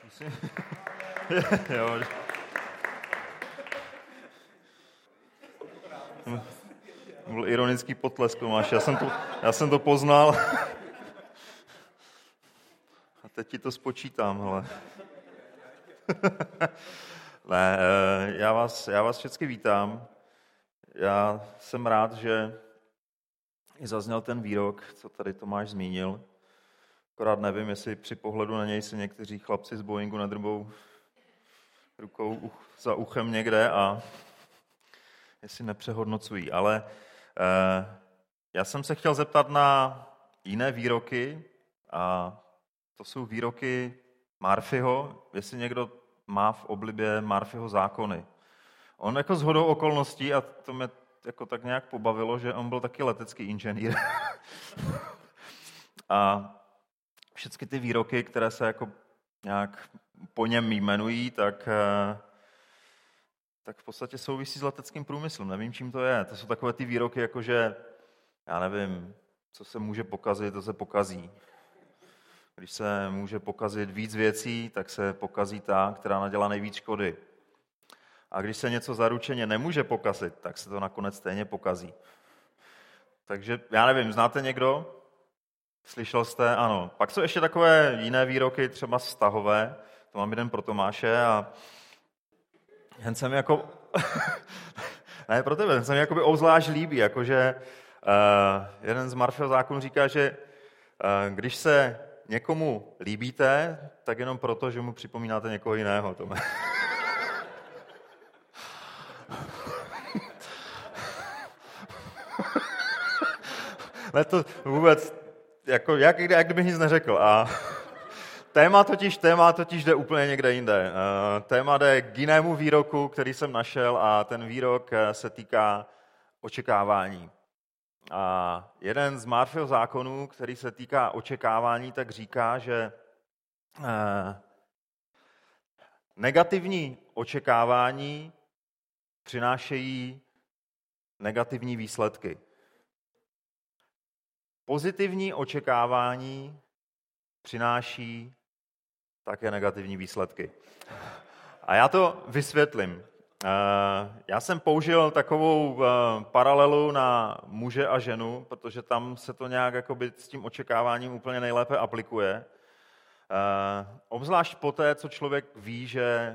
Jo. Byl ironický potlesk, Tomáš, já jsem to poznal. A teď ti to spočítám, hele. Ne, já vás všechny vítám. Já jsem rád, že i zazněl ten výrok, co tady Tomáš zmínil. Akorát nevím, jestli při pohledu na něj si někteří chlapci z Boeingu nedrbou rukou za uchem někde a jestli nepřehodnocují. Ale já jsem se chtěl zeptat na jiné výroky a to jsou výroky Murphyho, jestli někdo má v oblibě Murphyho zákony. On jako shodou okolností, a to mě jako tak nějak pobavilo, že on byl taky letecký inženýr. A všechny ty výroky, které se jako nějak po něm jmenují, tak v podstatě souvisí s leteckým průmyslem. Nevím, čím to je. To jsou takové ty výroky, jako že, já nevím, co se může pokazit, to se pokazí. Když se může pokazit víc věcí, tak se pokazí ta, která nadělá nejvíc škody. A když se něco zaručeně nemůže pokazit, tak se to nakonec stejně pokazí. Takže já nevím, znáte někdo? Slyšel jste? Ano. Pak jsou ještě takové jiné výroky, třeba vztahové. To mám jeden pro Tomáše a jen se mi jako... ne, pro tebe, jen se mi jakoby obzvlášť líbí, jakože jeden z Murphyho zákonů říká, že když se někomu líbíte, tak jenom proto, že mu připomínáte někoho jiného. Ne, to vůbec, jako, jak kdybych nic neřekl. A téma totiž jde úplně někde jinde. Téma jde k jinému výroku, který jsem našel, a ten výrok se týká očekávání. A jeden z Murphyho zákonů, který se týká očekávání, tak říká, že negativní očekávání přinášejí negativní výsledky. Pozitivní očekávání přináší také negativní výsledky. A já to vysvětlím. Já jsem použil takovou paralelu na muže a ženu, protože tam se to nějak jakoby s tím očekáváním úplně nejlépe aplikuje. Obzvlášť poté, co člověk ví, že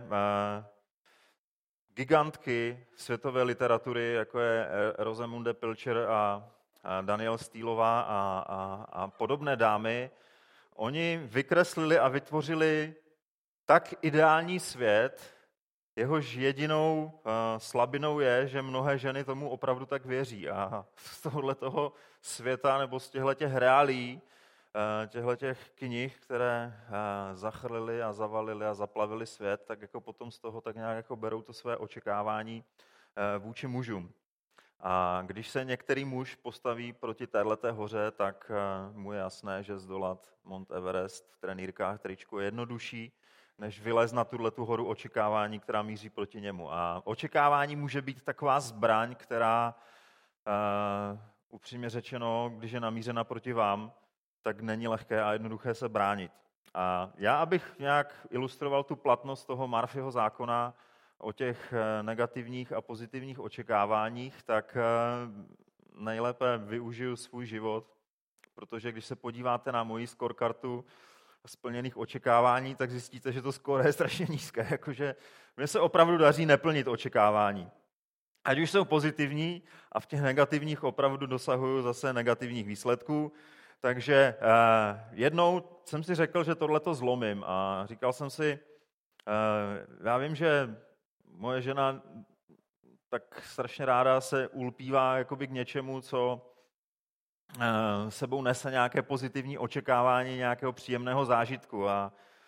gigantky světové literatury, jako je Rosamunde Pilcher a Danielle Steelová a podobné dámy, oni vykreslili a vytvořili tak ideální svět, jehož jedinou slabinou je, že mnohé ženy tomu opravdu tak věří. A z tohoto světa nebo z těchto reálí, těchto knih, které zachrlily a zavalily a zaplavily svět, tak jako potom z toho tak nějak jako berou to své očekávání vůči mužům. A když se některý muž postaví proti téhleté hoře, tak mu je jasné, že zdolat Mount Everest v trenýrkách, tričku je jednodušší, než vylez na tuhletu horu očekávání, která míří proti němu. A očekávání může být taková zbraň, která, upřímně řečeno, když je namířena proti vám, tak není lehké a jednoduché se bránit. A já, abych nějak ilustroval tu platnost toho Murphyho zákona o těch negativních a pozitivních očekáváních, tak nejlépe využiju svůj život, protože když se podíváte na moji scorekartu splněných očekávání, tak zjistíte, že to skóre je strašně nízké. Jakože mně se opravdu daří neplnit očekávání. Ať už jsou pozitivní a v těch negativních opravdu dosahuju zase negativních výsledků. Takže jednou jsem si řekl, že tohleto zlomím a říkal jsem si, já vím, že moje žena tak strašně ráda se ulpívá jakoby k něčemu, co sebou nese nějaké pozitivní očekávání nějakého příjemného zážitku. A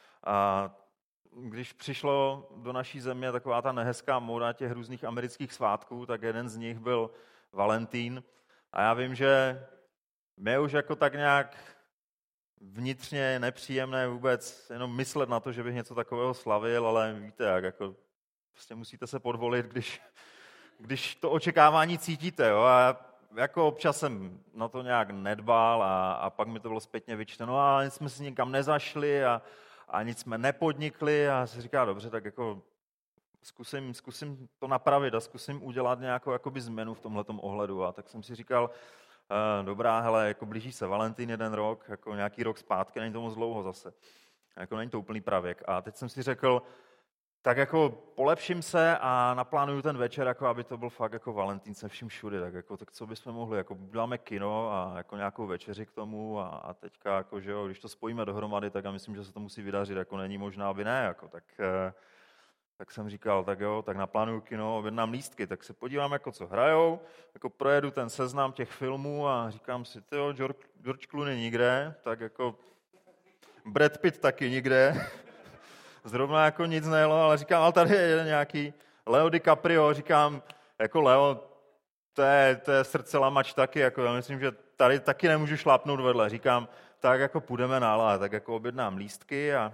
když přišlo do naší země taková ta nehezká móda těch různých amerických svátků, tak jeden z nich byl Valentín. A já vím, že mě už jako tak nějak vnitřně nepříjemné vůbec jenom myslet na to, že bych něco takového slavil, ale víte jak, jako prostě musíte se podvolit, když to očekávání cítíte. Jo? A jako občas jsem na to nějak nedbal a pak mi to bylo zpětně vyčteno a jsme si nikam nezašli a nic jsme nepodnikli a si říká, dobře, tak jako zkusím to napravit a zkusím udělat nějakou jakoby změnu v tomhletom ohledu. A tak jsem si říkal, dobrá, hele, jako blíží se Valentín 1 rok, jako nějaký rok zpátky, není to moc dlouho zase. Jako není to úplný pravěk. A teď jsem si řekl, tak jako polepším se a naplánuju ten večer, jako aby to byl fakt jako Valentín se vším všude. Tak co bychom mohli, jako uděláme kino a jako nějakou večeři k tomu a teďka, jako, že jo, když to spojíme dohromady, tak já myslím, že se to musí vydařit, jako není možná, aby ne, jako, tak jsem říkal, tak jo, tak naplánuju kino, objednám lístky, tak se podívám, jako co hrajou, jako projedu ten seznam těch filmů a říkám si, tyjo, George Clooney nikde, tak jako Brad Pitt taky nikde, zrovna jako nic nejelo, ale říkám, ale tady je nějaký Leo DiCaprio, říkám, jako Leo, to je srdce lamač taky, jako já myslím, že tady taky nemůžu šlápnout vedle, říkám, tak jako půjdeme nála, tak jako objednám lístky a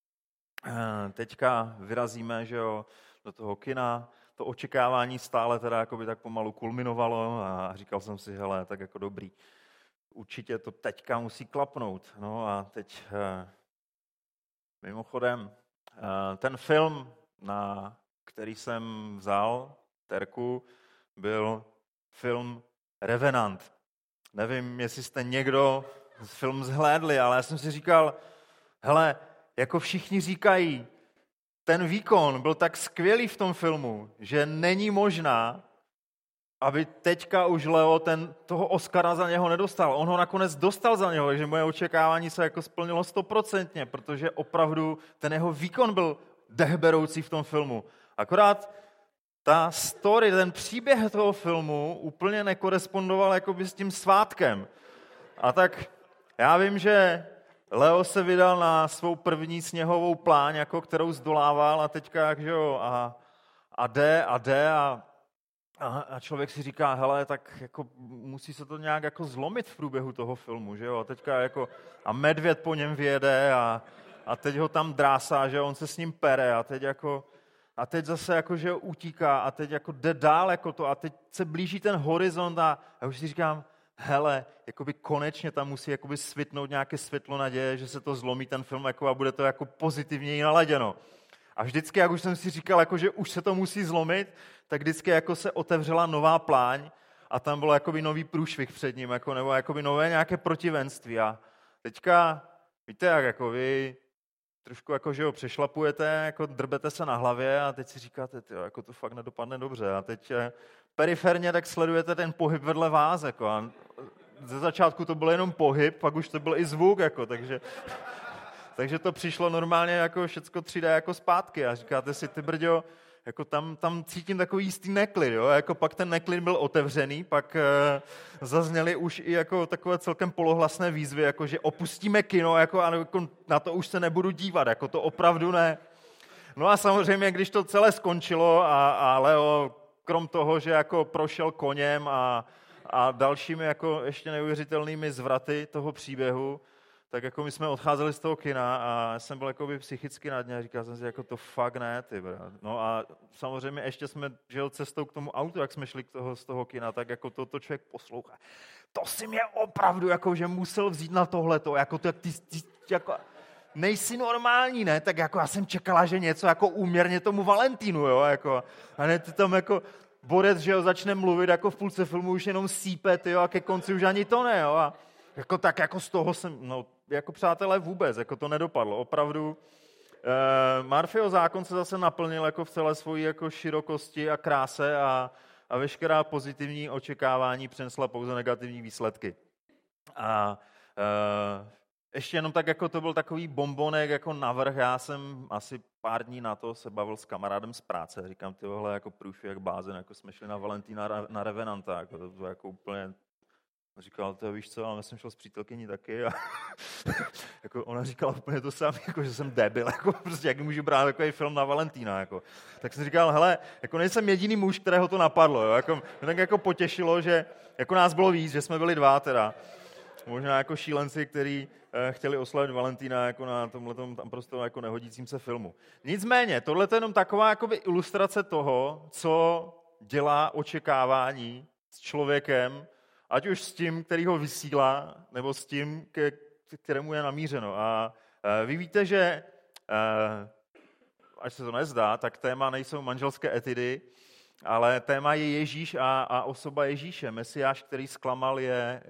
teďka vyrazíme, že jo, do toho kina, to očekávání stále teda jakoby tak pomalu kulminovalo a říkal jsem si, hele, tak jako dobrý, určitě to teďka musí klapnout. No a teď mimochodem, ten film, na který jsem vzal terku, byl film Revenant. Nevím, jestli jste někdo film zhlédli, ale já jsem si říkal, hele, jako všichni říkají, ten výkon byl tak skvělý v tom filmu, že není možná, aby teďka už Leo toho Oscara za něho nedostal. On ho nakonec dostal za něho, takže moje očekávání se jako splnilo 100%, protože opravdu ten jeho výkon byl dechberoucí v tom filmu. Akorát ta story, ten příběh toho filmu úplně nekorespondoval jakoby s tím svátkem. A tak já vím, že Leo se vydal na svou první sněhovou pláň, jako kterou zdolával a teďka, jak, že jo, a jde a člověk si říká, hele, tak jako musí se to nějak jako zlomit v průběhu toho filmu, že jo, a teďka jako a medvěd po něm vyjede a teď ho tam drásá, že on se s ním pere a teď zase jako, že utíká a teď jako jde dál jako to a teď se blíží ten horizont a už si říkám, hele, jakoby konečně tam musí jakoby svitnout nějaké světlo naděje, že se to zlomí ten film jako a bude to jako pozitivněji naladěno. A vždycky, jak už jsem si říkal, jako, že už se to musí zlomit, tak vždycky jako se otevřela nová pláň a tam bylo jakoby nový průšvih před ním, jako, nebo jakoby nové nějaké protivenství. A teďka, víte jak, jako vy trošku jako, že ho přešlapujete, jako drbete se na hlavě a teď si říkáte, tyjo, jako to fakt nedopadne dobře. A teď periferně tak sledujete ten pohyb vedle vás, jako, a ze začátku to byl jenom pohyb, pak už to byl i zvuk, jako, takže to přišlo normálně jako všecko 3D jako zpátky a říkáte si, ty brďo, jako tam cítím takový jistý neklid, jo? Jako pak ten neklid byl otevřený, pak zazněly už i jako takové celkem polohlasné výzvy, jako že opustíme kino, jako, a jako na to už se nebudu dívat, jako to opravdu ne. No a samozřejmě, když to celé skončilo a Leo, krom toho, že jako prošel koněm a dalšími jako ještě neuvěřitelnými zvraty toho příběhu, tak jako my jsme odcházeli z toho kina a jsem byl jakoby psychicky na dně a říkal jsem si, jako to fakt ne, ty brat. No a samozřejmě ještě jsme žil cestou k tomu autu, jak jsme šli z toho kina, tak jako to člověk poslouchá. To si mě opravdu jako, že musel vzít na tohleto, jako to, ty jako, nejsi normální, ne? Tak jako já jsem čekala, že něco jako úměrně tomu Valentínu, jo, jako, a ne ty tam jako borec, že jo, začne mluvit, jako v půlce filmu už jenom sípe, jo, a ke konci už ani to ne, jo, a jako tak jako z toho jsem, no, jako přátelé vůbec, jako to nedopadlo, opravdu. Murphyho zákon se zase naplnil jako v celé svojí jako širokosti a kráse a veškerá pozitivní očekávání přinesla pouze negativní výsledky. A ještě jenom tak, jako to byl takový bombonek jako navrch, já jsem asi pár dní na to se bavil s kamarádem z práce, říkám, tyhle jako průšvih, jak blázen, jako jsme šli na Valentína na Revenanta, jako to bylo jako úplně. Říkal, to víš co, ale já jsem šel s přítelkyní taky a jako ona říkala úplně to samé, jako, že jsem debil, jako, prostě jak můžu brát takový film na Valentína. Jako. Tak jsem říkal, hele, jako nejsem jediný muž, kterého to napadlo. Jo. Jako, mě tak jako potěšilo, že jako nás bylo víc, že jsme byli 2 teda. Možná jako šílenci, kteří chtěli oslavit Valentína jako na tomhletom tam prostě jako nehodícím se filmu. Nicméně, tohle je jenom taková jakoby ilustrace toho, co dělá očekávání s člověkem, ať už s tím, který ho vysílá, nebo s tím, ke kterému je namířeno. A vy víte, že Až se to nezdá, tak téma nejsou manželské etidy, ale téma je Ježíš a osoba Ježíše. Mesiáš, který zklamal, je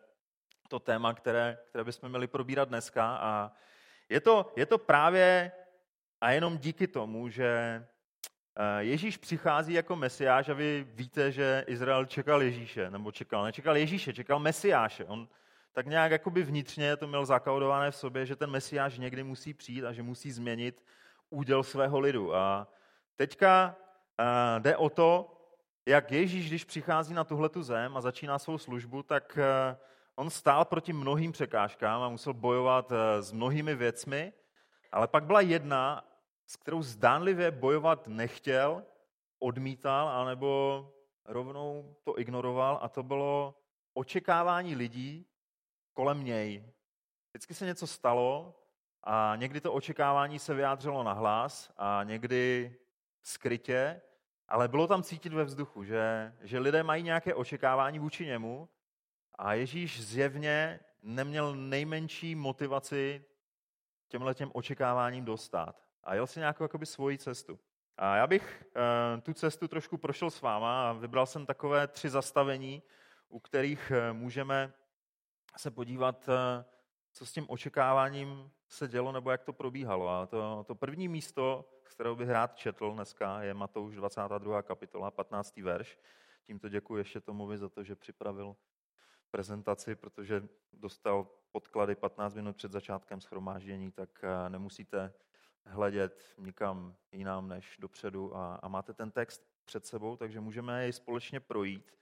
to téma, které bychom měli probírat dneska. A je to právě a jenom díky tomu, že Ježíš přichází jako Mesiáš a vy víte, že Izrael čekal Ježíše, nebo nečekal Ježíše, čekal Mesiáše. On tak nějak jakoby vnitřně to měl zakaudované v sobě, že ten Mesiáš někdy musí přijít a že musí změnit úděl svého lidu. A teďka jde o to, jak Ježíš, když přichází na tuhletu zem a začíná svou službu, tak on stál proti mnohým překážkám a musel bojovat s mnohými věcmi, ale pak byla jedna, s kterou zdánlivě bojovat nechtěl, odmítal, anebo rovnou to ignoroval, a to bylo očekávání lidí kolem něj. Vždycky se něco stalo a někdy to očekávání se vyjádřilo nahlas a někdy skrytě, ale bylo tam cítit ve vzduchu, že lidé mají nějaké očekávání vůči němu a Ježíš zjevně neměl nejmenší motivaci těmhletěm očekáváním dostat. A jel si nějakou jakoby svoji cestu. A já bych tu cestu trošku prošel s váma a vybral jsem takové 3 zastavení, u kterých můžeme se podívat, co s tím očekáváním se dělo, nebo jak to probíhalo. A to první místo, z kterého bych rád četl dneska, je Matouš 22. kapitola, 15. verš. Tímto děkuji ještě Tomovi za to, že připravil prezentaci, protože dostal podklady 15 minut před začátkem shromáždění, tak nemusíte hledět nikam jinam než dopředu a máte ten text před sebou, takže můžeme jej společně projít.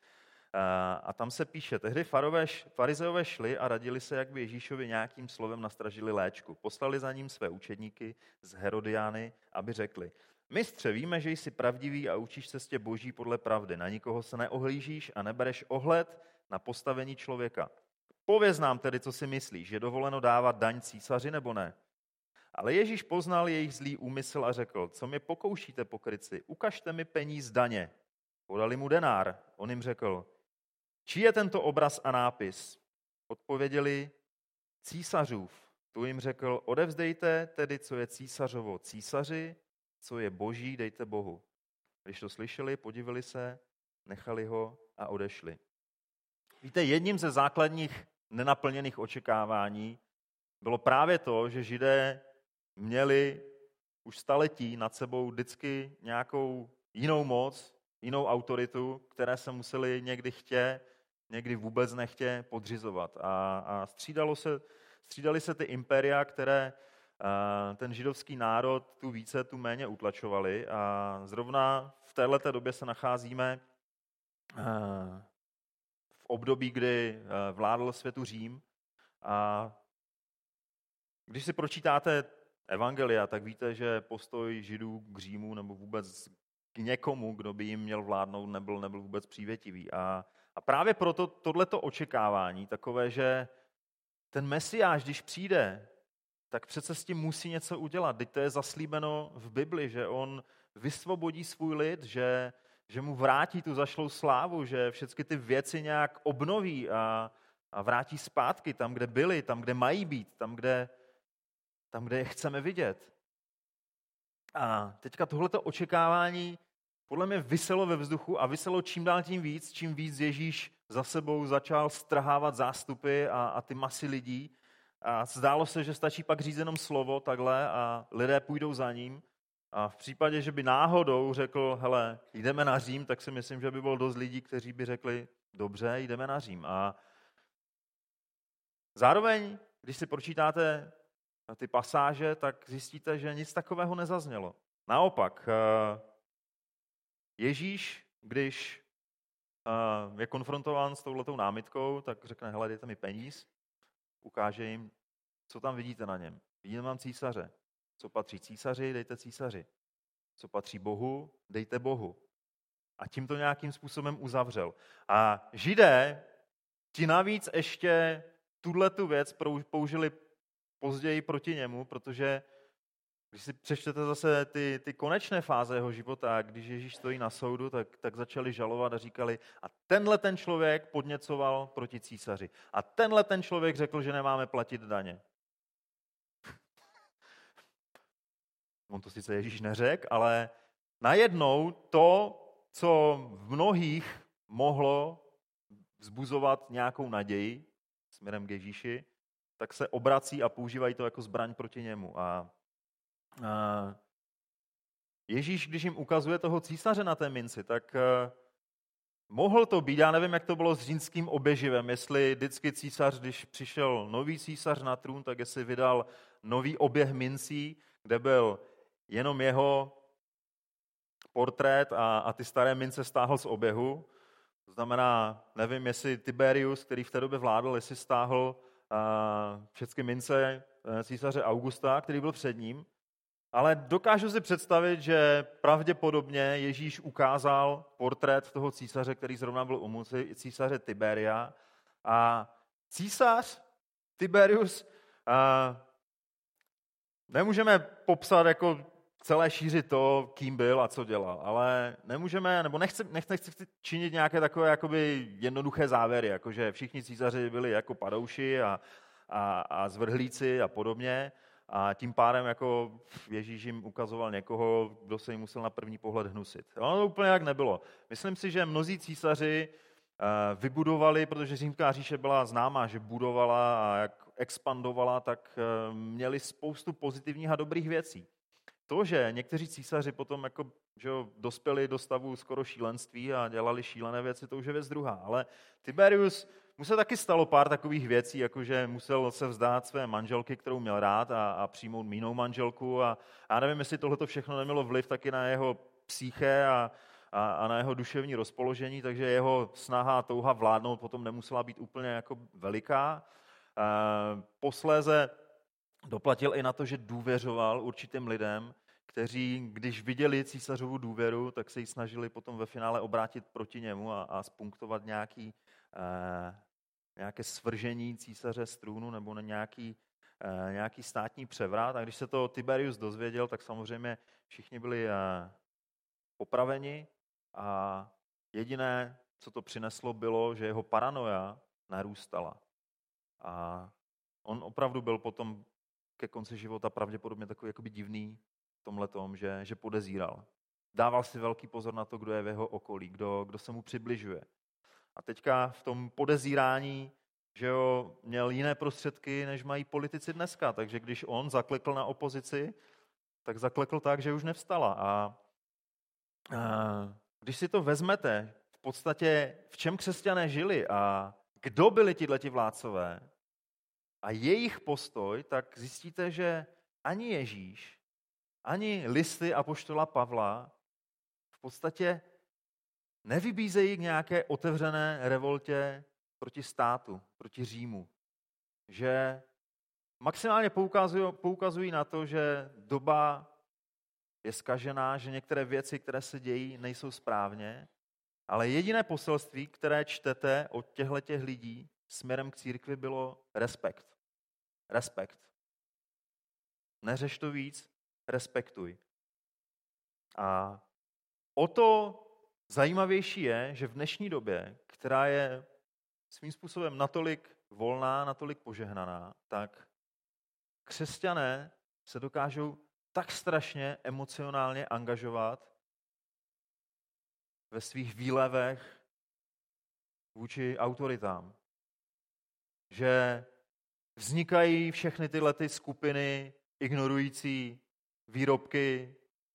A tam se píše, tehdy farizeové šli a radili se, jak by Ježíšovi nějakým slovem nastražili léčku. Poslali za ním své učedníky z Herodiány, aby řekli, mistře, víme, že jsi pravdivý a učíš cestě Boží podle pravdy. Na nikoho se neohlížíš a nebereš ohled na postavení člověka. Pověz nám tedy, co si myslíš, je dovoleno dávat daň císaři nebo ne? Ale Ježíš poznal jejich zlý úmysl a řekl, co mě pokoušíte, pokrytci, ukažte mi peníz daně. Podali mu denár. On jim řekl, čí je tento obraz a nápis? Odpověděli, císařův. Tu jim řekl, odevzdejte tedy, co je císařovo císaři, co je boží, dejte Bohu. Když to slyšeli, podivili se, nechali ho a odešli. Víte, jedním ze základních nenaplněných očekávání bylo právě to, že Židé měli už staletí nad sebou vždycky nějakou jinou moc, jinou autoritu, které se museli někdy chtě, někdy vůbec nechtě podřizovat. A střídaly se ty impéria, které ten židovský národ tu více, tu méně utlačovali. A zrovna v této době se nacházíme v období, kdy vládl světu Řím. A když si pročítáte evangelia, tak víte, že postoj Židů k Římu nebo vůbec k někomu, kdo by jim měl vládnout, nebyl vůbec přívětivý. A právě proto tohleto očekávání, takové, že ten Mesiáš, když přijde, tak přece s tím musí něco udělat. Teď to je zaslíbeno v Bibli, že on vysvobodí svůj lid, že mu vrátí tu zašlou slávu, že všechny ty věci nějak obnoví a vrátí zpátky tam, kde byly, tam, kde mají být, tam, kde je chceme vidět. A teďka tohleto očekávání podle mě viselo ve vzduchu a viselo čím dál tím víc, čím víc Ježíš za sebou začal strhávat zástupy a ty masy lidí. A zdálo se, že stačí pak říct jenom slovo takhle a lidé půjdou za ním. A v případě, že by náhodou řekl, hele, jdeme na Řím, tak si myslím, že by bylo dost lidí, kteří by řekli, dobře, jdeme na Řím. A zároveň, když si pročítáte ty pasáže, tak zjistíte, že nic takového nezaznělo. Naopak, Ježíš, když je konfrontován s touhletou námitkou, tak řekne, hele, dejte mi peníz, ukáže jim, co tam vidíte na něm. Vidíte, mám císaře. Co patří císaři, dejte císaři. Co patří Bohu, dejte Bohu. A tím to nějakým způsobem uzavřel. A Židé ti navíc ještě tuhletu věc použili později proti němu, protože když si přečtete zase ty konečné fáze jeho života, když Ježíš stojí na soudu, tak začali žalovat a říkali, a tenhle ten člověk podněcoval proti císaři. A tenhle ten člověk řekl, že nemáme platit daně. On to sice Ježíš neřekl, ale najednou to, co v mnohých mohlo vzbuzovat nějakou naději směrem k Ježíši, tak se obrací a používají to jako zbraň proti němu. A Ježíš, když jim ukazuje toho císaře na té minci, tak mohl to být, já nevím, jak to bylo s římským oběživem, jestli vždycky císař, když přišel nový císař na trůn, tak jestli vydal nový oběh mincí, kde byl jenom jeho portrét a ty staré mince stáhl z oběhu. To znamená, nevím, jestli Tiberius, který v té době vládl, jestli stáhl všechny mince císaře Augusta, který byl před ním. Ale dokážu si představit, že pravděpodobně Ježíš ukázal portrét toho císaře, který zrovna byl u moci, císaře Tiberia. A císař Tiberius nemůžeme popsat jako celé šíři to, kým byl a co dělal, ale nemůžeme, nebo nechci činit nějaké takové jakoby jednoduché závěry, jakože všichni císaři byli jako padouši a zvrhlíci a podobně. A tím pádem jako Ježíš jim ukazoval někoho, kdo se jim musel na první pohled hnusit. Ono to úplně jak nebylo. Myslím si, že mnozí císaři vybudovali, protože Římská říše byla známá, že budovala a jak expandovala, tak měli spoustu pozitivních a dobrých věcí. To, že někteří císaři potom jako, že dospěli do stavu skoro šílenství a dělali šílené věci, to už je věc druhá. Ale Tiberius, mu se taky stalo pár takových věcí, jakože musel se vzdát své manželky, kterou měl rád, a přijmout jinou manželku. A já nevím, jestli tohleto všechno nemělo vliv taky na jeho psyché a na jeho duševní rozpoložení, takže jeho snaha a touha vládnout potom nemusela být úplně jako veliká. Posléze doplatil i na to, že důvěřoval určitým lidem, kteří, když viděli císařovu důvěru, tak se ji snažili potom ve finále obrátit proti němu a spunktovat nějaké svržení císaře z trůnu nebo na nějaký státní převrat. A když se to Tiberius dozvěděl, tak samozřejmě všichni byli popraveni a jediné, co to přineslo, bylo, že jeho paranoia narůstala. A on opravdu byl potom ke konci života pravděpodobně takový jakoby divný v tomhletom, že podezíral. Dával si velký pozor na to, kdo je v jeho okolí, kdo se mu přibližuje. A teďka v tom podezírání, že jo, měl jiné prostředky, než mají politici dneska. Takže když on zaklekl na opozici, tak zaklekl tak, že už nevstala. A když si to vezmete, v podstatě v čem křesťané žili a kdo byli tihleti vládcové a jejich postoj, tak zjistíte, že ani Ježíš, ani listy apoštola Pavla v podstatě nevybízejí k nějaké otevřené revoltě proti státu, proti Římu. Že maximálně poukazují na to, že doba je zkažená, že některé věci, které se dějí, nejsou správně, ale jediné poselství, které čtete od těchto lidí směrem k církvi, bylo respekt. Respekt. Neřeš to víc, respektuj. A o to zajímavější je, že v dnešní době, která je svým způsobem natolik volná, natolik požehnaná, tak křesťané se dokážou tak strašně emocionálně angažovat ve svých výlevech vůči autoritám. Že vznikají všechny tyhle ty skupiny ignorující výrobky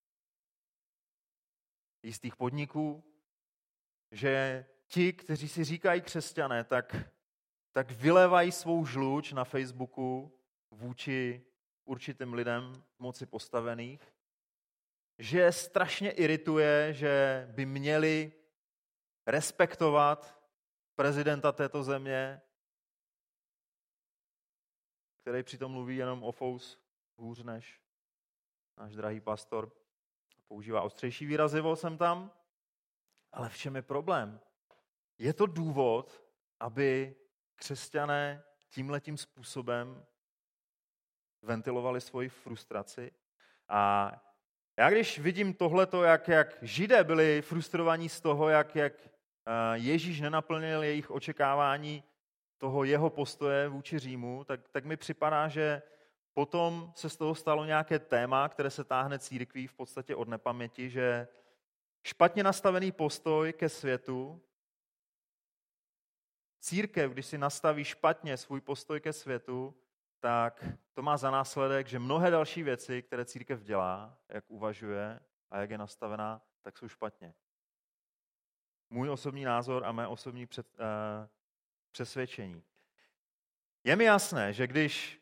jistých podniků, že ti, kteří si říkají křesťané, tak vylévají svou žluč na Facebooku vůči určitým lidem v moci postavených, že strašně irituje, že by měli respektovat prezidenta této země, který přitom mluví jenom o fous hůř než náš drahý pastor. Používá ostřejší výrazivo sem tam. Ale v čem je problém? Je to důvod, aby křesťané tímhletím způsobem ventilovali svoji frustraci? A já když vidím tohleto, jak Židé byli frustrovaní z toho, jak Ježíš nenaplnil jejich očekávání toho jeho postoje vůči Římu, tak mi připadá, že potom se z toho stalo nějaké téma, které se táhne církví v podstatě od nepaměti, že špatně nastavený postoj ke světu, církev, když si nastaví špatně svůj postoj ke světu, tak to má za následek, že mnohé další věci, které církev dělá, jak uvažuje a jak je nastavená, tak jsou špatně. Můj osobní názor a mé osobní přesvědčení. Je mi jasné, že když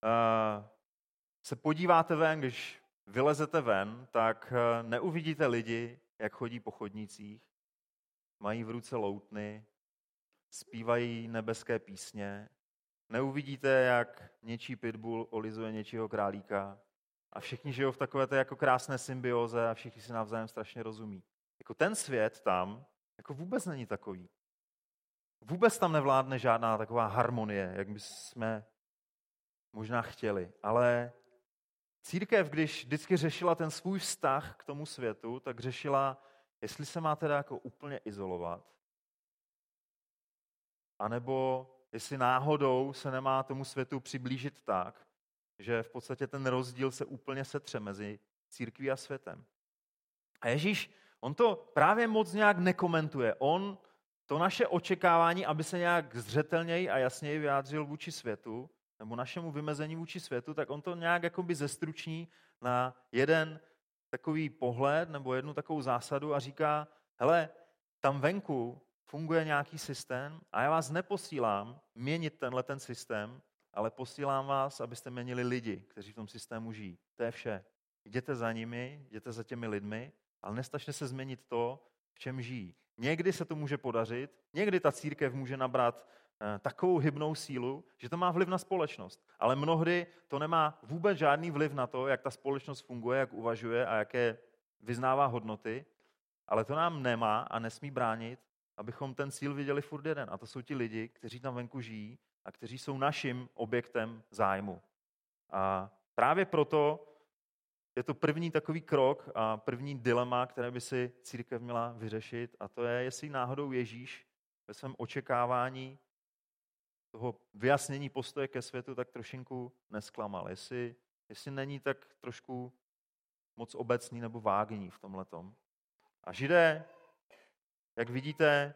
se podíváte ven, když vylezete ven, tak neuvidíte lidi, jak chodí po chodnících, mají v ruce loutny, zpívají nebeské písně, neuvidíte, jak něčí pitbull olizuje něčího králíka a všichni žijou v takové té jako krásné symbioze a všichni si navzájem strašně rozumí. Jako ten svět tam jako vůbec není takový. Vůbec tam nevládne žádná taková harmonie, jak bychom možná chtěli. Ale církev, když vždycky řešila ten svůj vztah k tomu světu, tak řešila, jestli se má teda jako úplně izolovat, anebo jestli náhodou se nemá tomu světu přiblížit tak, že v podstatě ten rozdíl se úplně setře mezi církví a světem. A Ježíš, on to právě moc nějak nekomentuje. On to naše očekávání, aby se nějak zřetelněji a jasněji vyjádřil vůči světu, nebo našemu vymezení vůči světu, tak on to nějak jakoby zestruční na jeden takový pohled nebo jednu takovou zásadu a říká, hele, tam venku funguje nějaký systém a já vás neposílám měnit ten systém, ale posílám vás, abyste měnili lidi, kteří v tom systému žijí. To je vše. Jděte za nimi, jděte za těmi lidmi, ale nestačte se změnit to, v čem žijí. Někdy se to může podařit, někdy ta církev může nabrat takovou hybnou sílu, že to má vliv na společnost. Ale mnohdy to nemá vůbec žádný vliv na to, jak ta společnost funguje, jak uvažuje a jaké vyznává hodnoty, ale to nám nemá a nesmí bránit, abychom ten cíl viděli furt jeden. A to jsou ti lidi, kteří tam venku žijí a kteří jsou naším objektem zájmu. A právě proto je to první takový krok a první dilema, které by si církev měla vyřešit, a to je, jestli náhodou Ježíš ve svém očekávání toho vyjasnění postoje ke světu tak trošinku nesklamal. Jestli není tak trošku moc obecný nebo vágní v tomhletom. A Židé, jak vidíte,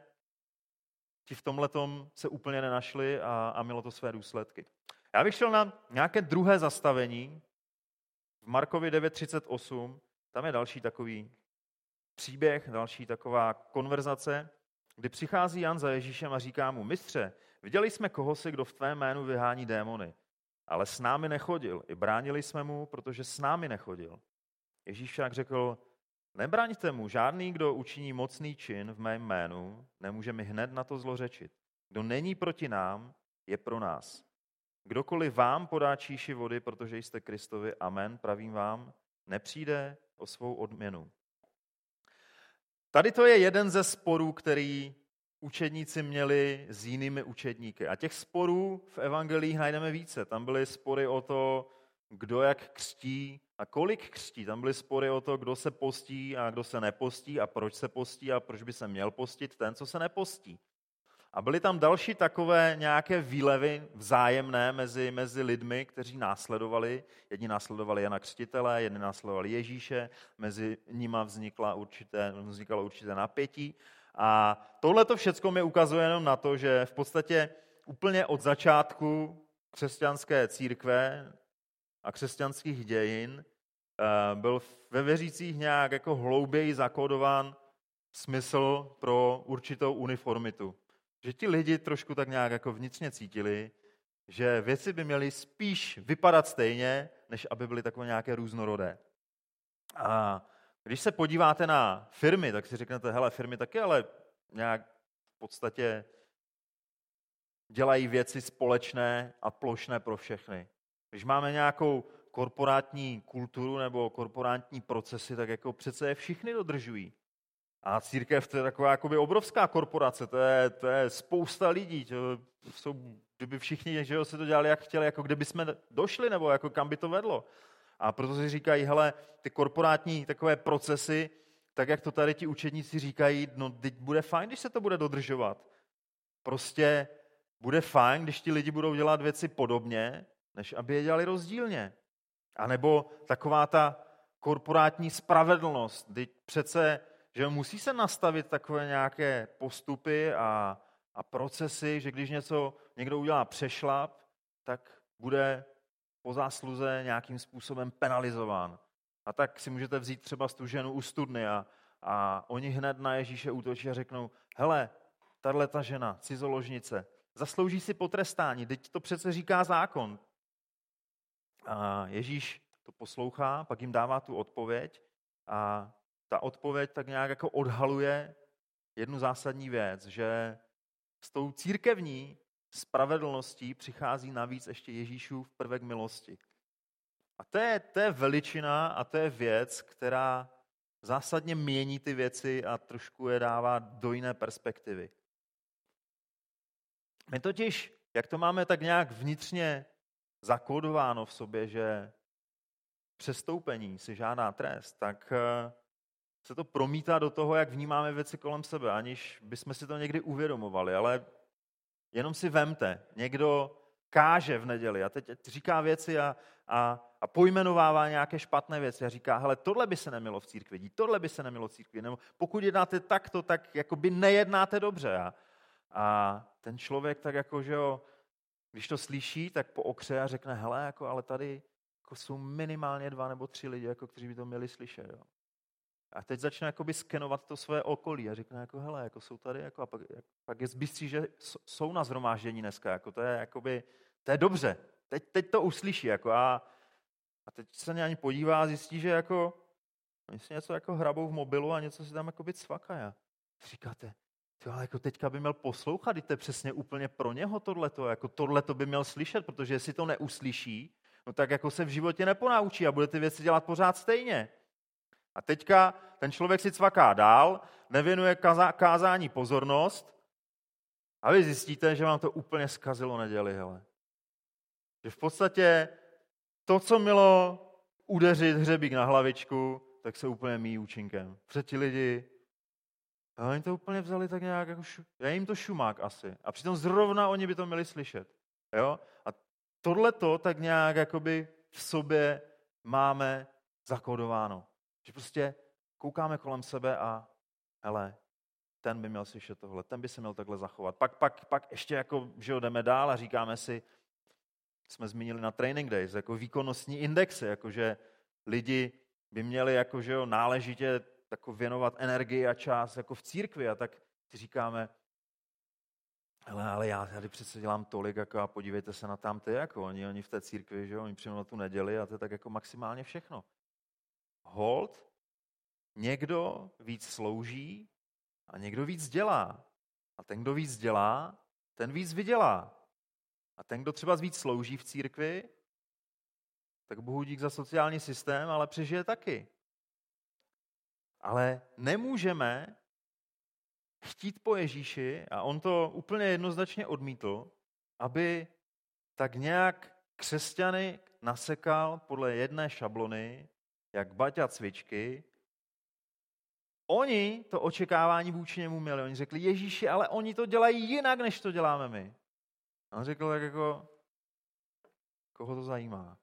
ti v tomhletom se úplně nenašli a mělo to své důsledky. Já bych šel na nějaké druhé zastavení. V Markovi 9:38, tam je další takový příběh, další taková konverzace, kdy přichází Jan za Ježíšem a říká mu, mistře, viděli jsme kohosi, kdo v tvém jménu vyhání démony, ale s námi nechodil. I bránili jsme mu, protože s námi nechodil. Ježíš však řekl, nebraňte mu, žádný, kdo učiní mocný čin v mém jménu, nemůže mi hned na to zlořečit. Kdo není proti nám, je pro nás. Kdokoliv vám podá číši vody, protože jste Kristovi, amen, pravím vám, nepřijde o svou odměnu. Tady to je jeden ze sporů, který učedníci měli s jinými učedníky. A těch sporů v evangelích najdeme více. Tam byly spory o to, kdo jak křtí a kolik křtí. Tam byly spory o to, kdo se postí a kdo se nepostí a proč se postí a proč by se měl postit ten, co se nepostí. A byly tam další takové nějaké výlevy vzájemné mezi lidmi, kteří následovali. Jedni následovali Jana Křtitele, jedni následovali Ježíše, mezi nima vznikalo určité napětí. A tohle to všecko mi ukazuje jenom na to, že v podstatě úplně od začátku křesťanské církve a křesťanských dějin byl ve věřících nějak jako hlouběji zakódován smysl pro určitou uniformitu. Že ti lidi trošku tak nějak jako vnitřně cítili, že věci by měly spíš vypadat stejně, než aby byly takové nějaké různorodé. A když se podíváte na firmy, tak si řeknete, hele, firmy taky, ale nějak v podstatě dělají věci společné a plošné pro všechny. Když máme nějakou korporátní kulturu nebo korporátní procesy, tak jako přece je všichni dodržují. A církev to je taková jakoby obrovská korporace, to je spousta lidí, kdyby všichni že se to dělali jak chtěli, jako kdyby jsme došli, nebo jako kam by to vedlo. A proto si říkají, hele, ty korporátní takové procesy, tak jak to tady ti učedníci říkají, no teď bude fajn, když se to bude dodržovat. Prostě bude fajn, když ti lidi budou dělat věci podobně, než aby je dělali rozdílně. A nebo taková ta korporátní spravedlnost, kdy přece, že musí se nastavit takové nějaké postupy a procesy, že když něco někdo udělá přešlap, tak bude po zásluze nějakým způsobem penalizován. A tak si můžete vzít třeba tu ženu u studny a oni hned na Ježíše útočí a řeknou, hele, tato žena, cizoložnice, zaslouží si potrestání, teď to přece říká zákon. A Ježíš to poslouchá, pak jim dává tu odpověď a ta odpověď tak nějak jako odhaluje jednu zásadní věc, že s tou církevní spravedlností přichází navíc ještě Ježíšův prvek milosti. A to je veličina a to je věc, která zásadně mění ty věci a trošku je dává do jiné perspektivy. My totiž, jak to máme tak nějak vnitřně zakódováno v sobě, že přestoupení si žádá trest, tak se to promítá do toho, jak vnímáme věci kolem sebe, aniž bychom si to někdy uvědomovali, ale jenom si vemte, někdo káže v neděli a teď říká věci a pojmenovává nějaké špatné věci a říká, hele, tohle by se nemělo v církvi, tohle by se nemělo v církvi, nebo pokud jednáte takto, tak jakoby nejednáte dobře. A ten člověk tak jako, že jo, když to slyší, tak pookře a řekne, hele, jako, ale tady jako jsou minimálně 2 nebo 3 lidi, jako, kteří by to měli slyšet. Jo. A teď začne jakoby skenovat to své okolí a řekne, jako, hele, jako jsou tady, jako, a pak je zbystří, že jsou na shromáždění dneska. Jako, to je dobře. Teď to uslyší. Jako, a teď se na ně podívá a zjistí, že jako, oni si něco jako hrabou v mobilu a něco si tam jakoby cvakají. A říkáte, ale jako teďka by měl poslouchat, to je přesně úplně pro něho tohleto, jako tohleto by měl slyšet, protože jestli to neuslyší, no tak jako se v životě neponaučí a bude ty věci dělat pořád stejně. A teďka ten člověk si cvaká dál, nevěnuje kázání pozornost a vy zjistíte, že vám to úplně zkazilo neděli, hele. Že v podstatě to, co mělo udeřit hřebík na hlavičku, tak se úplně míjí účinkem. Před ti lidi, a oni to úplně vzali tak nějak, jako je jim to šumák asi. A přitom zrovna oni by to měli slyšet. Jo? A tohleto tak nějak jakoby v sobě máme zakódováno. Že prostě koukáme kolem sebe a hele, ten by měl slyšet tohle, ten by se měl takhle zachovat. Pak ještě jako, že jdeme dál a říkáme si, jsme zmínili na Training Days, jako výkonnostní indexy, jakože lidi by měli jako, že jo, náležitě jako věnovat energii a čas jako v církvi a tak si říkáme, ale já tady přece dělám tolik jako a podívejte se na tamty, jako oni v té církvi, že jo, oni přijmou na tu neděli a to je tak jako maximálně všechno. Hold, někdo víc slouží a někdo víc dělá. A ten, kdo víc dělá, ten víc vydělá. A ten, kdo třeba víc slouží v církvi, tak Bohu dík za sociální systém, ale přežije taky. Ale nemůžeme chtít po Ježíši, a on to úplně jednoznačně odmítl, aby tak nějak křesťany nasekal podle jedné šablony, jak Baťa cvičky. Oni to očekávání vůči němu měli. Oni řekli, Ježíši, ale oni to dělají jinak, než to děláme my. A on řekl, tak jako, koho to zajímá?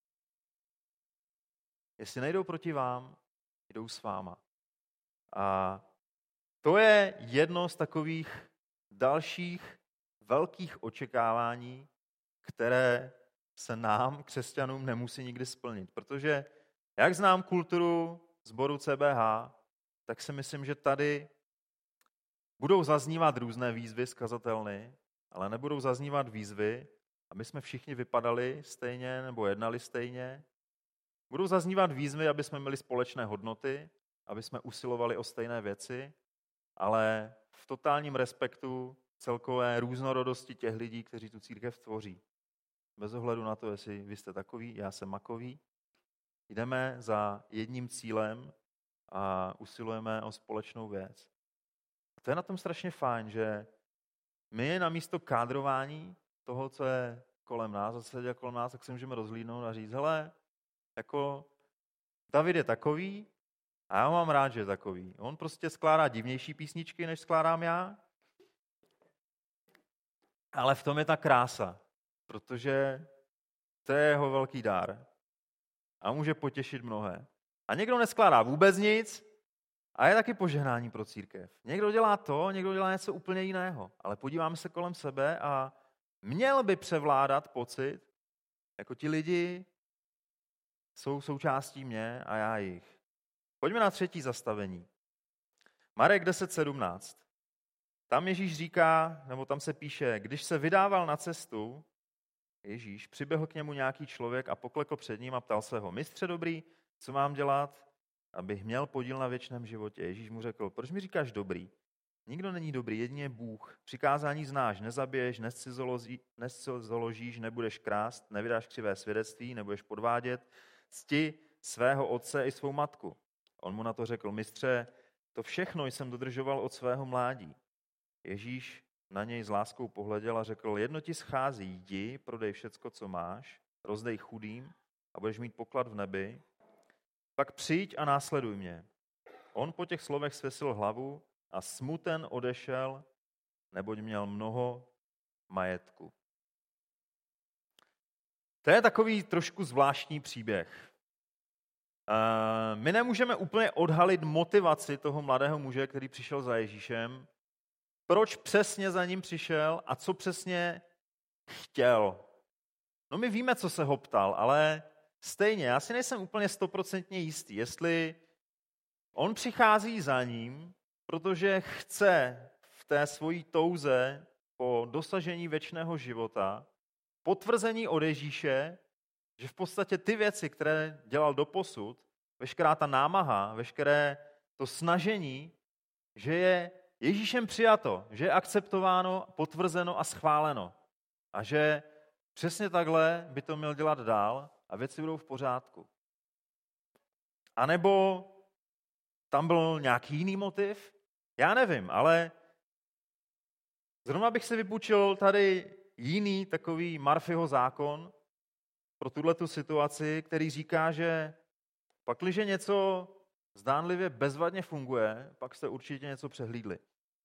Jestli nejdou proti vám, jdou s váma. A to je jedno z takových dalších velkých očekávání, které se nám, křesťanům, nemusí nikdy splnit. Protože jak znám kulturu sboru CBH, tak si myslím, že tady budou zaznívat různé výzvy z kazatelny, ale nebudou zaznívat výzvy, aby jsme všichni vypadali stejně nebo jednali stejně. Budou zaznívat výzvy, aby jsme měli společné hodnoty, aby jsme usilovali o stejné věci, ale v totálním respektu celkové různorodosti těch lidí, kteří tu církev tvoří. Bez ohledu na to, jestli vy jste takový, já jsem makový. Jdeme za jedním cílem a usilujeme o společnou věc. A to je na tom strašně fajn, že my namísto kádrování toho, co je kolem nás, a co se děje kolem nás, tak se můžeme rozhlídnout a říct, hele, jako David je takový a já mám rád, že je takový. On prostě skládá divnější písničky, než skládám já. Ale v tom je ta krása, protože To je jeho velký dar. A může potěšit mnohé. A někdo neskládá vůbec nic a je taky požehnání pro církev. Někdo dělá to, někdo dělá něco úplně jiného. Ale podíváme se kolem sebe a měl by převládat pocit, jako ti lidi jsou součástí mě a já jich. Pojďme na 3. zastavení. Marek 10:17. Tam Ježíš říká, nebo tam se píše, když se vydával na cestu, Ježíš, přiběhl k němu nějaký člověk a poklekl před ním a ptal se ho, mistře dobrý, co mám dělat, abych měl podíl na věčném životě? Ježíš mu řekl, proč mi říkáš dobrý? Nikdo není dobrý, jedině Bůh. Přikázání znáš, nezabiješ, nezcizoložíš, nebudeš krást, nevydáš křivé svědectví, nebudeš podvádět, cti svého otce i svou matku. On mu na to řekl, mistře, to všechno jsem dodržoval od svého mládí. Ježíš na něj s láskou pohleděl a řekl, jedno ti schází, jdi, prodej všecko, co máš, rozdej chudým a budeš mít poklad v nebi, pak přijď a následuj mě. On po těch slovech svěsil hlavu a smuten odešel, neboť měl mnoho majetku. To je takový trošku zvláštní příběh. My nemůžeme úplně odhalit motivaci toho mladého muže, který přišel za Ježíšem, proč přesně za ním přišel a co přesně chtěl. No my víme, co se ho ptal, ale stejně, já si nejsem úplně 100% jistý, jestli on přichází za ním, protože chce v té svojí touze po dosažení věčného života potvrzení od Ježíše, že v podstatě ty věci, které dělal doposud, veškerá ta námaha, veškeré to snažení, že je Ježíšem přijato, že je akceptováno, potvrzeno a schváleno. A že přesně takhle by to měl dělat dál a věci budou v pořádku. A nebo tam byl nějaký jiný motiv? Já nevím, ale zrovna bych si vypůjčil tady jiný takový Murphyho zákon pro tuhletu situaci, který říká, že pakliže něco zdánlivě bezvadně funguje, pak jste určitě něco přehlídli.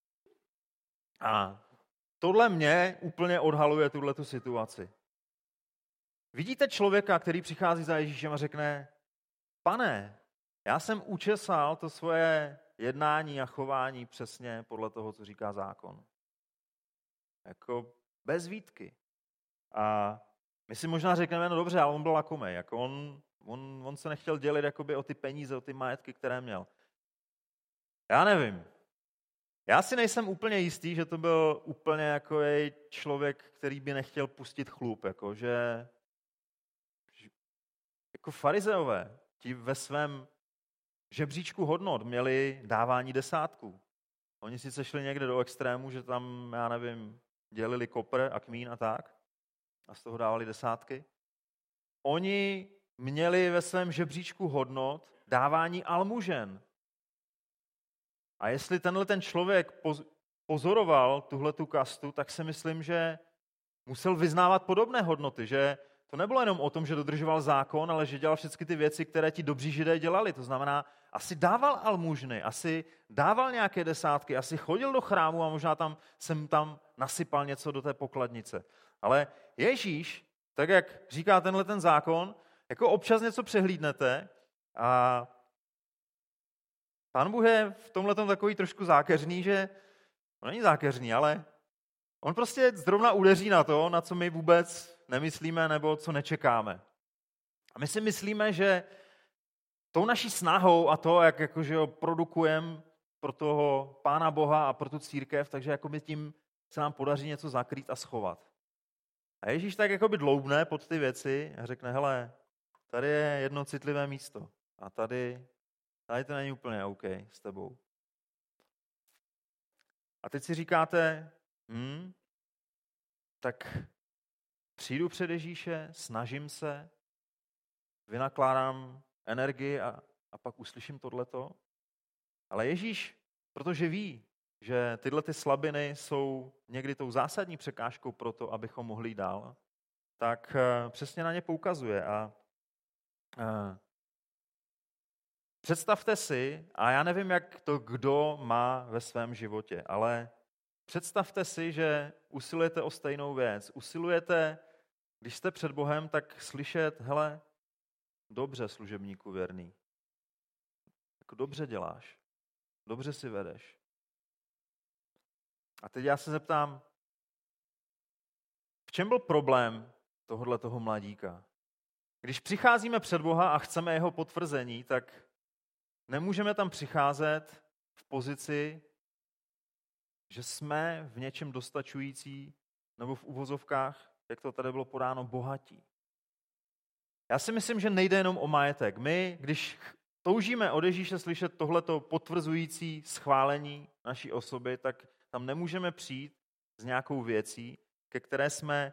A tohle mě úplně odhaluje tuhletu situaci. Vidíte člověka, který přichází za Ježíšem a řekne, Pane, já jsem učesal to svoje jednání a chování přesně podle toho, co říká zákon. Jako bez výtky. A my si možná řekneme, no dobře, ale on byl lakomej. Jako on se nechtěl dělit jakoby o ty peníze, o ty majetky, které měl. Já nevím. Já si nejsem úplně jistý, že to byl úplně jako člověk, který by nechtěl pustit chlup. Jako farizeové, ti ve svém žebříčku hodnot měli dávání desátků. Oni sice šli někde do extrému, že tam, já nevím, dělili kopr a kmín a tak a z toho dávali desátky. Oni měli ve svém žebříčku hodnot dávání almužen. A jestli tenhle ten člověk pozoroval tuhletu kastu, tak si myslím, že musel vyznávat podobné hodnoty, že to nebylo jenom o tom, že dodržoval zákon, ale že dělal všechny ty věci, které ti dobří Židé dělali. To znamená, asi dával almužny, asi dával nějaké desátky, asi chodil do chrámu a možná jsem tam nasypal něco do té pokladnice. Ale Ježíš, tak jak říká tenhle ten zákon, jako občas něco přehlídnete a Pán Bůh je v tomhletom takový trošku zákeřný, že on není zákeřný, ale on prostě zrovna udeří na to, na co my vůbec nemyslíme nebo co nečekáme. A my si myslíme, že tou naší snahou a to, jak jakože ho produkujeme pro toho Pána Boha a pro tu církev, takže jako by tím se nám podaří něco zakrýt a schovat. A Ježíš tak jako by dloubne pod ty věci a řekne, hele, tady je jedno citlivé místo a tady to není úplně OK s tebou. A teď si říkáte, tak přijdu před Ježíše, snažím se, vynakládám energii a pak uslyším tohleto. Ale Ježíš, protože ví, že tyhle ty slabiny jsou někdy tou zásadní překážkou pro to, abychom mohli jít dál, tak přesně na ně poukazuje. A představte si, a já nevím, jak to kdo má ve svém životě, ale představte si, že usilujete o stejnou věc. Usilujete když jste před Bohem, tak slyšet, hele, dobře, služebníku věrný. Jako dobře děláš, dobře si vedeš. A teď já se zeptám, v čem byl problém toho mladíka? Když přicházíme před Boha a chceme jeho potvrzení, tak nemůžeme tam přicházet v pozici, že jsme v něčem dostačující, nebo v uvozovkách, jak to tady bylo podáno, bohatí. Já si myslím, že nejde jenom o majetek. My, když toužíme od Ježíše slyšet tohleto potvrzující schválení naší osoby, tak tam nemůžeme přijít s nějakou věcí, ke které jsme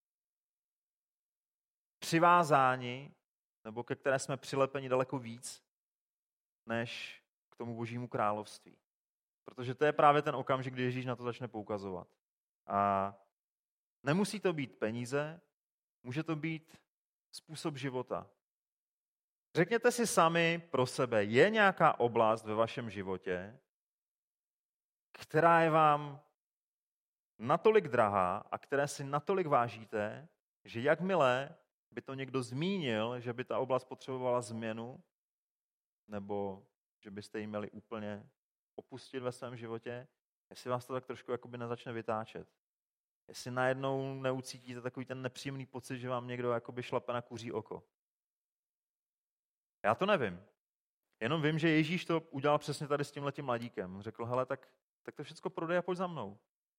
přivázáni, nebo ke které jsme přilepeni daleko víc, než k tomu Božímu království. Protože to je právě ten okamžik, kdy Ježíš na to začne poukazovat. A nemusí to být peníze, může to být způsob života. Řekněte si sami pro sebe, je nějaká oblast ve vašem životě, která je vám natolik drahá a které si natolik vážíte, že jakmile by to někdo zmínil, že by ta oblast potřebovala změnu, nebo že byste ji měli úplně opustit ve svém životě, jestli vás to tak trošku jakoby nezačne vytáčet. Jestli najednou neucítíte takový ten nepříjemný pocit, že vám někdo jakoby šlape na kuří oko. Já to nevím. Jenom vím, že Ježíš to udělal přesně tady s tímhletím mladíkem. Řekl, hele, tak to všecko prodej a pojď za mnou.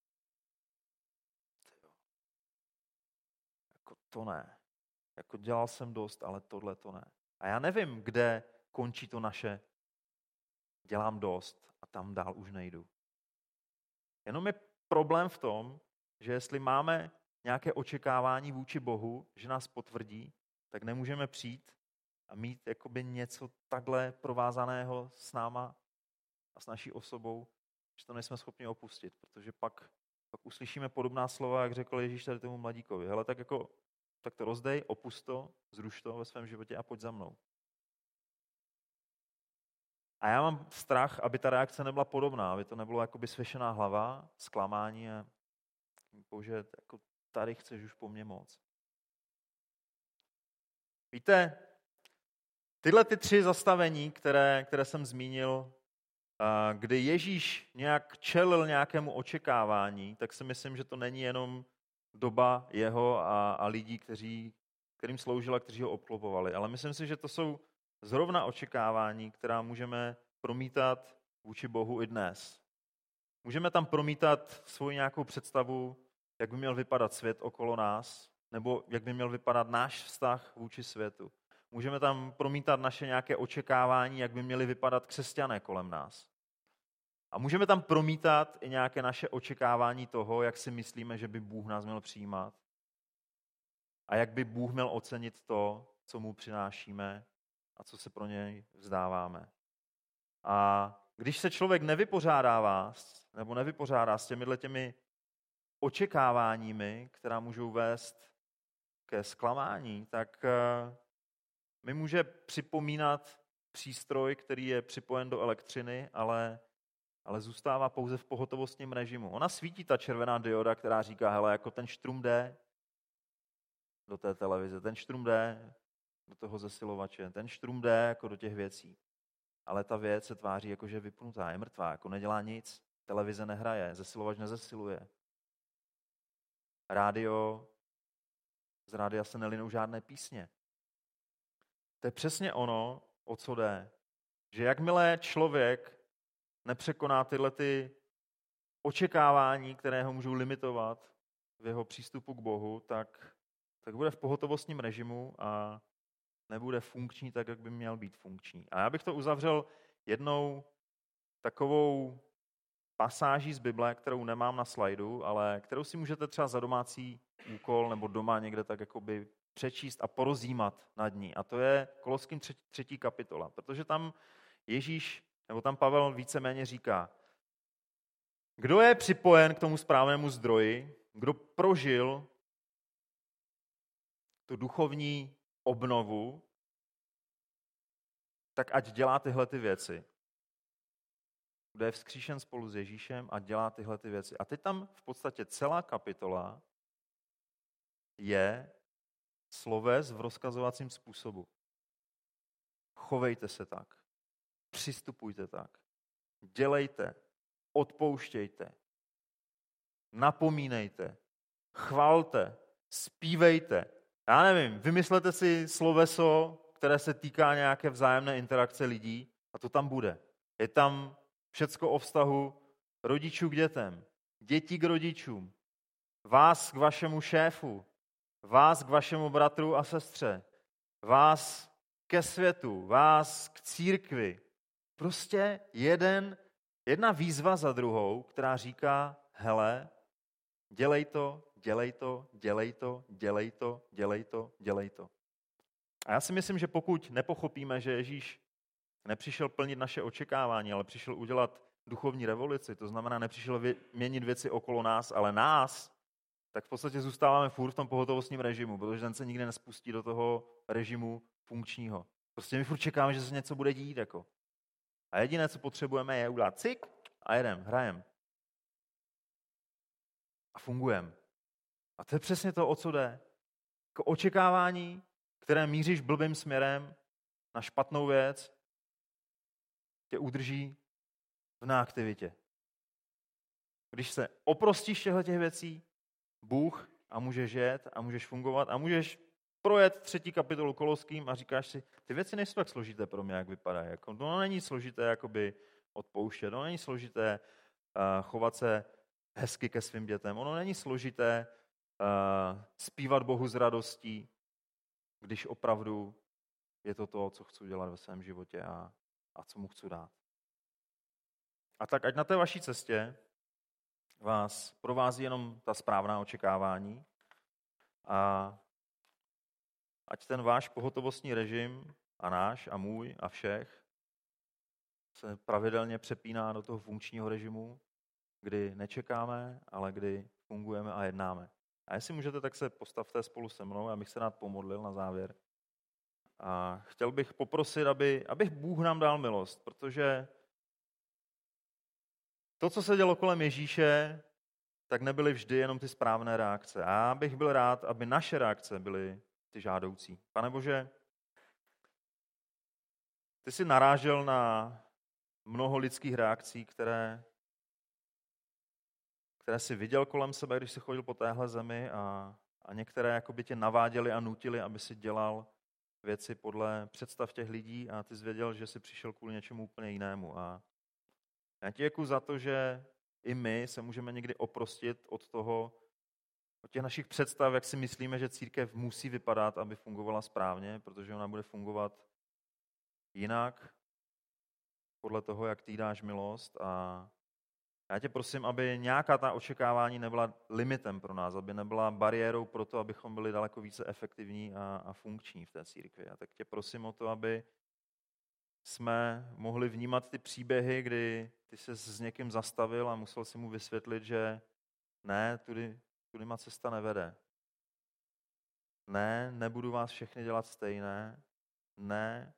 Jako to ne. Jako dělal jsem dost, ale tohle to ne. A já nevím, kde končí to naše dělám dost a tam dál už nejdu. Jenom je problém v tom, že jestli máme nějaké očekávání vůči Bohu, že nás potvrdí, tak nemůžeme přijít a mít jakoby něco takhle provázaného s náma a s naší osobou, že to nejsme schopni opustit, protože pak uslyšíme podobná slova, jak řekl Ježíš tady tomu mladíkovi. Hele, tak to rozdej, opust to, zruš to ve svém životě a pojď za mnou. A já mám strach, aby ta reakce nebyla podobná, aby to nebylo jakoby svěšená hlava, zklamání a bože, jako tady chceš už po mně moc. Víte, tyhle ty 3 zastavení, které jsem zmínil, kdy Ježíš nějak čelil nějakému očekávání, tak si myslím, že to není jenom doba jeho a lidí, kterým sloužil a kteří ho obklopovali, ale myslím si, že to jsou zrovna očekávání, která můžeme promítat vůči Bohu i dnes. Můžeme tam promítat svoji nějakou představu, jak by měl vypadat svět okolo nás, nebo jak by měl vypadat náš vztah vůči světu. Můžeme tam promítat naše nějaké očekávání, jak by měli vypadat křesťané kolem nás. A můžeme tam promítat i nějaké naše očekávání toho, jak si myslíme, že by Bůh nás měl přijímat. A jak by Bůh měl ocenit to, co mu přinášíme a co se pro něj vzdáváme. A když se člověk nevypořádá s těmi očekáváními, která můžou vést ke zklamání, tak mi může připomínat přístroj, který je připojen do elektřiny, ale zůstává pouze v pohotovostním režimu. Ona svítí ta červená dioda, která říká, hele, jako ten štrum jde do té televize, ten štrum jde do toho zesilovače, ten štrum jde jako do těch věcí. Ale ta věc se tváří jako, že je vypnutá, je mrtvá, jako nedělá nic, televize nehraje, zesilovač nezesiluje. Z rádia se nelinou žádné písně. To je přesně ono, o co jde. Že jakmile člověk nepřekoná tyhle ty očekávání, které ho můžou limitovat v jeho přístupu k Bohu, tak bude v pohotovostním režimu a nebude funkční tak, jak by měl být funkční. A já bych to uzavřel jednou takovou pasáží z Bible, kterou nemám na slajdu, ale kterou si můžete třeba za domácí úkol nebo doma někde tak jakoby přečíst a porozjímat nad ní. A to je Koloským 3. kapitola, protože tam Ježíš, nebo tam Pavel víceméně říká, kdo je připojen k tomu správnému zdroji, kdo prožil tu duchovní obnovu, tak ať dělá tyhle ty věci. Kdo je vzkříšen spolu s Ježíšem a dělá tyhle ty věci. A teď tam v podstatě celá kapitola je sloves v rozkazovacím způsobu. Chovejte se tak. Přistupujte tak. Dělejte. Odpouštějte. Napomínejte. Chvalte. Zpívejte. Já nevím, vymyslete si sloveso, které se týká nějaké vzájemné interakce lidí a to tam bude. Je tam všecko o vztahu rodičů k dětem, dětí k rodičům, vás k vašemu šéfu, vás k vašemu bratru a sestře, vás ke světu, vás k církvi. Prostě jedna výzva za druhou, která říká, hele, dělej to, dělej to, dělej to, dělej to, dělej to, dělej to. A já si myslím, že pokud nepochopíme, že Ježíš nepřišel plnit naše očekávání, ale přišel udělat duchovní revoluci, to znamená nepřišel měnit věci okolo nás, ale nás, tak v podstatě zůstáváme furt v tom pohotovostním režimu, protože ten se nikdy nespustí do toho režimu funkčního. Prostě my furt čekáme, že se něco bude dít. Jako. A jediné, co potřebujeme, je udělat cik a jedem, hrajem. A fungujeme. A to je přesně to, o co jde. Jako očekávání, které míříš blbým směrem na špatnou věc, tě udrží v neaktivitě. Když se oprostíš těch věcí, Bůh, a můžeš jet a můžeš fungovat a můžeš projet 3. kapitolu Koloským a říkáš si, ty věci nejsou tak složité pro mě, jak vypadají. Jako, no není složité jakoby odpouštět, no není složité chovat se hezky ke svým dětem, ono není složité zpívat Bohu s radostí, když opravdu je to, co chci dělat ve svém životě a co mu chci dát. A tak ať na té vaší cestě vás provází jenom ta správná očekávání a ať ten váš pohotovostní režim a náš a můj a všech se pravidelně přepíná do toho funkčního režimu, kdy nečekáme, ale kdy fungujeme a jednáme. A jestli můžete, tak se postavte spolu se mnou, abych se rád pomodlil na závěr. A chtěl bych poprosit, abych Bůh nám dal milost, protože to, co se dělo kolem Ježíše, tak nebyly vždy jenom ty správné reakce. A já bych byl rád, aby naše reakce byly ty žádoucí. Pane Bože, ty jsi narážel na mnoho lidských reakcí, které jsi viděl kolem sebe, když jsi chodil po téhle zemi a některé jakoby tě naváděly a nutily, aby si dělal věci podle představ těch lidí a ty jsi věděl, že jsi přišel kvůli něčemu úplně jinému. A já ti děkuji za to, že i my se můžeme někdy oprostit od těch našich představ, jak si myslíme, že církev musí vypadat, aby fungovala správně, protože ona bude fungovat jinak, podle toho, jak ty dáš milost. A já tě prosím, aby nějaká ta očekávání nebyla limitem pro nás, aby nebyla bariérou pro to, abychom byli daleko více efektivní a funkční v té církvi. A tak tě prosím o to, aby jsme mohli vnímat ty příběhy, kdy ty se s někým zastavil a musel si mu vysvětlit, že ne, tudy má cesta nevede. Ne, nebudu vás všechny dělat stejné. Ne,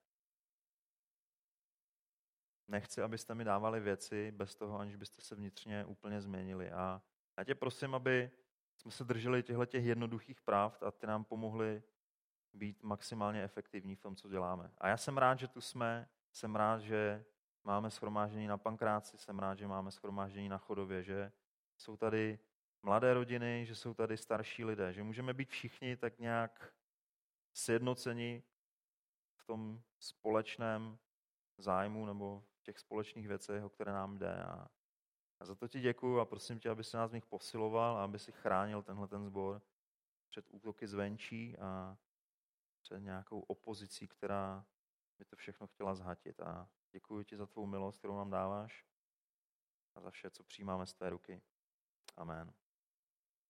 nechci, abyste mi dávali věci bez toho, aniž byste se vnitřně úplně změnili. A já tě prosím, aby jsme se drželi těchto jednoduchých pravd a ty nám pomohly být maximálně efektivní v tom, co děláme. A já jsem rád, že tu jsme, jsem rád, že máme shromáždění na Pankráci, jsem rád, že máme shromáždění na Chodově, že jsou tady mladé rodiny, že jsou tady starší lidé, že můžeme být všichni tak nějak sjednoceni v tom společném zájmu nebo v těch společných věcech, o které nám jde. A za to ti děkuju a prosím tě, aby se nás v nich posiloval a aby si chránil ten sbor před útoky zvenčí a před nějakou opozicí, která by to všechno chtěla zhatit. A děkuji ti za tvou milost, kterou nám dáváš a za vše, co přijímáme z tvé ruky. Amen.